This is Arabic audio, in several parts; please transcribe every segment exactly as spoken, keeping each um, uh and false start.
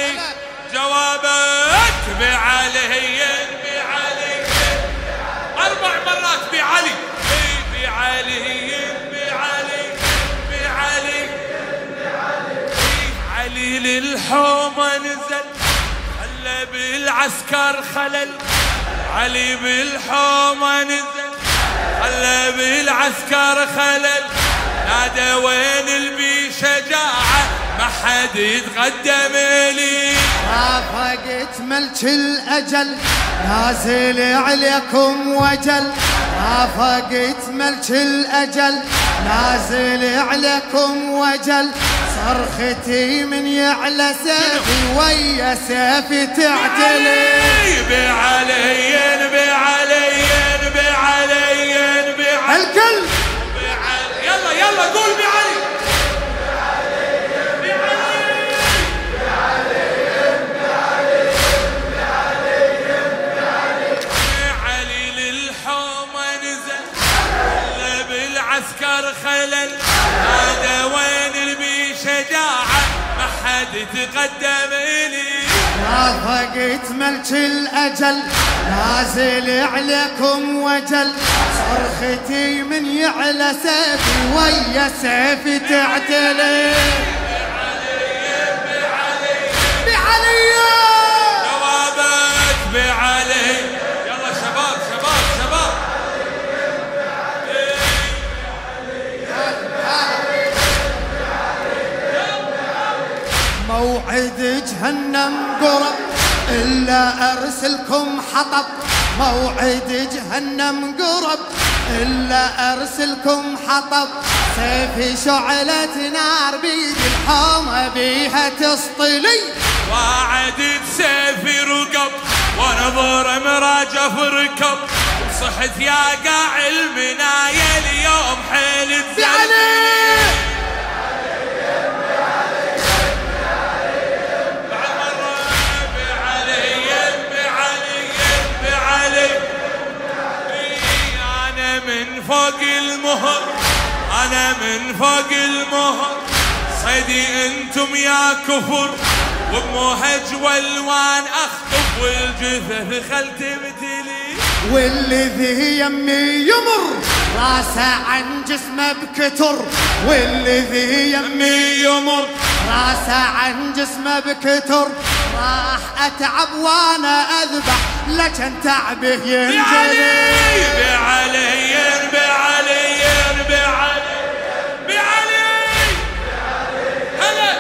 بعلي جوابك بعلي بعلي أربع مرات بعلي بعلي بعلي بعلي علي للحومة نزل خلى بالعسكر خلل علي بالحومة نزل خلى بالعسكر خلل نادى وين البي شجاعة ما حد يتقدم لي رافقت ملك الأجل نازل عليكم وجل رافقت ملك الأجل نازل عليكم وجل صرختي من يعلى سيفي ويا سيفي تعتلي بعلي بعلي بعلي بعلي الكل بعلي يلا يلا قول بعلي عسكر خلل هذا وين البي شجاعة ما حد يتقدم لي رافقت ملك الأجل نازل عليكم وجل صرختي من يعلى سيفي ويا سيفي تعتلي بعلي بعلي جوابك بعلي يلا شباب شباب شباب موعد جهنم قرب إلا أرسلكم حطب موعد جهنم قرب إلا أرسلكم حطب سيفي شعلة نار بيد الحومة بيها تسطلي وعدت سيفي رقب ونظر مراجة في ركب صحت يا قاع المنايا اليوم حيل تزعلي من فوق المهر أنا من فوق المهر صيدي أنتم يا كفر وبموهج والوان أخطف والجثث خل تبتلي والذي يمي يمر راسه عن جسمه بكتر والذي يمي يمر راسه عن جسمه بكتر راح أتعب وأنا أذبح لكن تعبه ينجلي بعلي بعلي بعلي بعلي هلا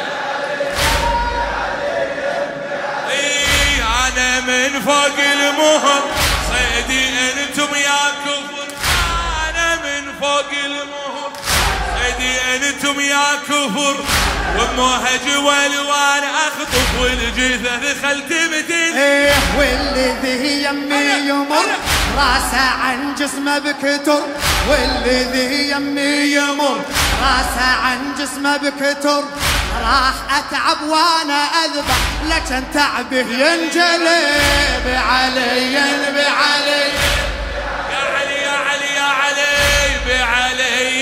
اي انا من فوق المهر صيدي انتم يا كفر انا من فوق المهر صيدي انتم يا كفر وبموهج والوان اخطف والجثث خل تبتل ايه والذي يمي يمر راسه عن جسمه بكتر والذي يمي يمر راسه عن جسمه بكتر راح اتعب وانا اذبح لكن تعبه ينجلي بعلي بعلي يا علي يا علي يا علي بعلي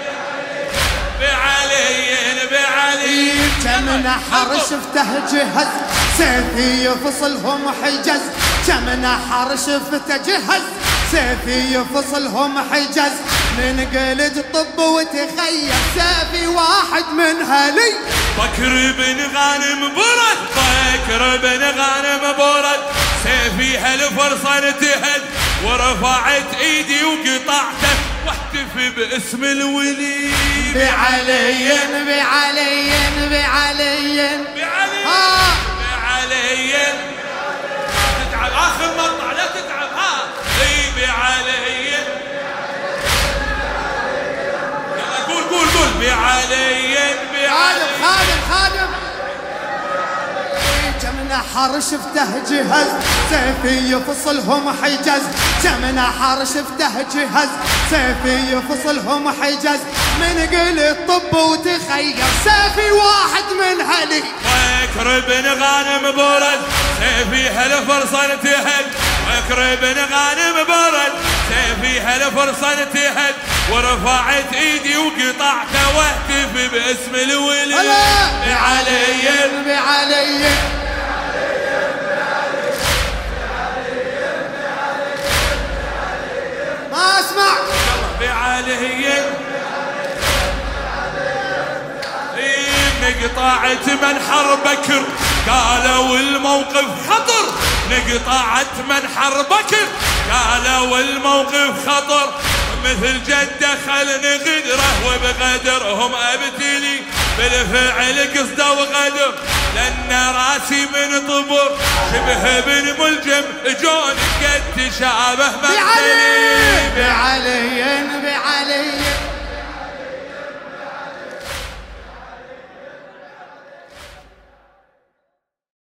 بعلي بعلي كم نحر شفته جهز سيفي يفصلهم حجز كم نحر شفته جهز سيفي يفصلهم حجز من قلد طب وتخيل سيفي واحد من هلي بكر بن غانم برد بكر بن غانم برد سيفي هالفرصة انتهد ورفعت ايدي وقطعته واحتفي باسم الولي بعلي بعلي بعلي بعلي ها بعلي لا تتعب اخر مقطع لا تتعب ها اي بعلي يلا قول قول قول بعلي بعلي خادم خادم كم نحر شفته جهز سيفي يفصلهم حجز كم نحر شفته جهز سيفي يفصلهم حجز من قل طب وتخيل سيفي واحد من هلي بكر بن غانم برد سيفي هالفرصة انتهد بكر بن غانم برد سيفي هالفرصة انتهد ورفعت ايدي وقطعته واهتف باسم الولي بعلي بعلي بعلي نقطعت منحر بكر قالوا الموقف خطر نقطعت منحر بكر قالوا الموقف خطر مثل جده خل نغدره وبغدرهم ابتلي بالفعل قصده وغدر لان راسي من طبر شبه بن ملجم جون قد تشابه بعلي بعلي بعلي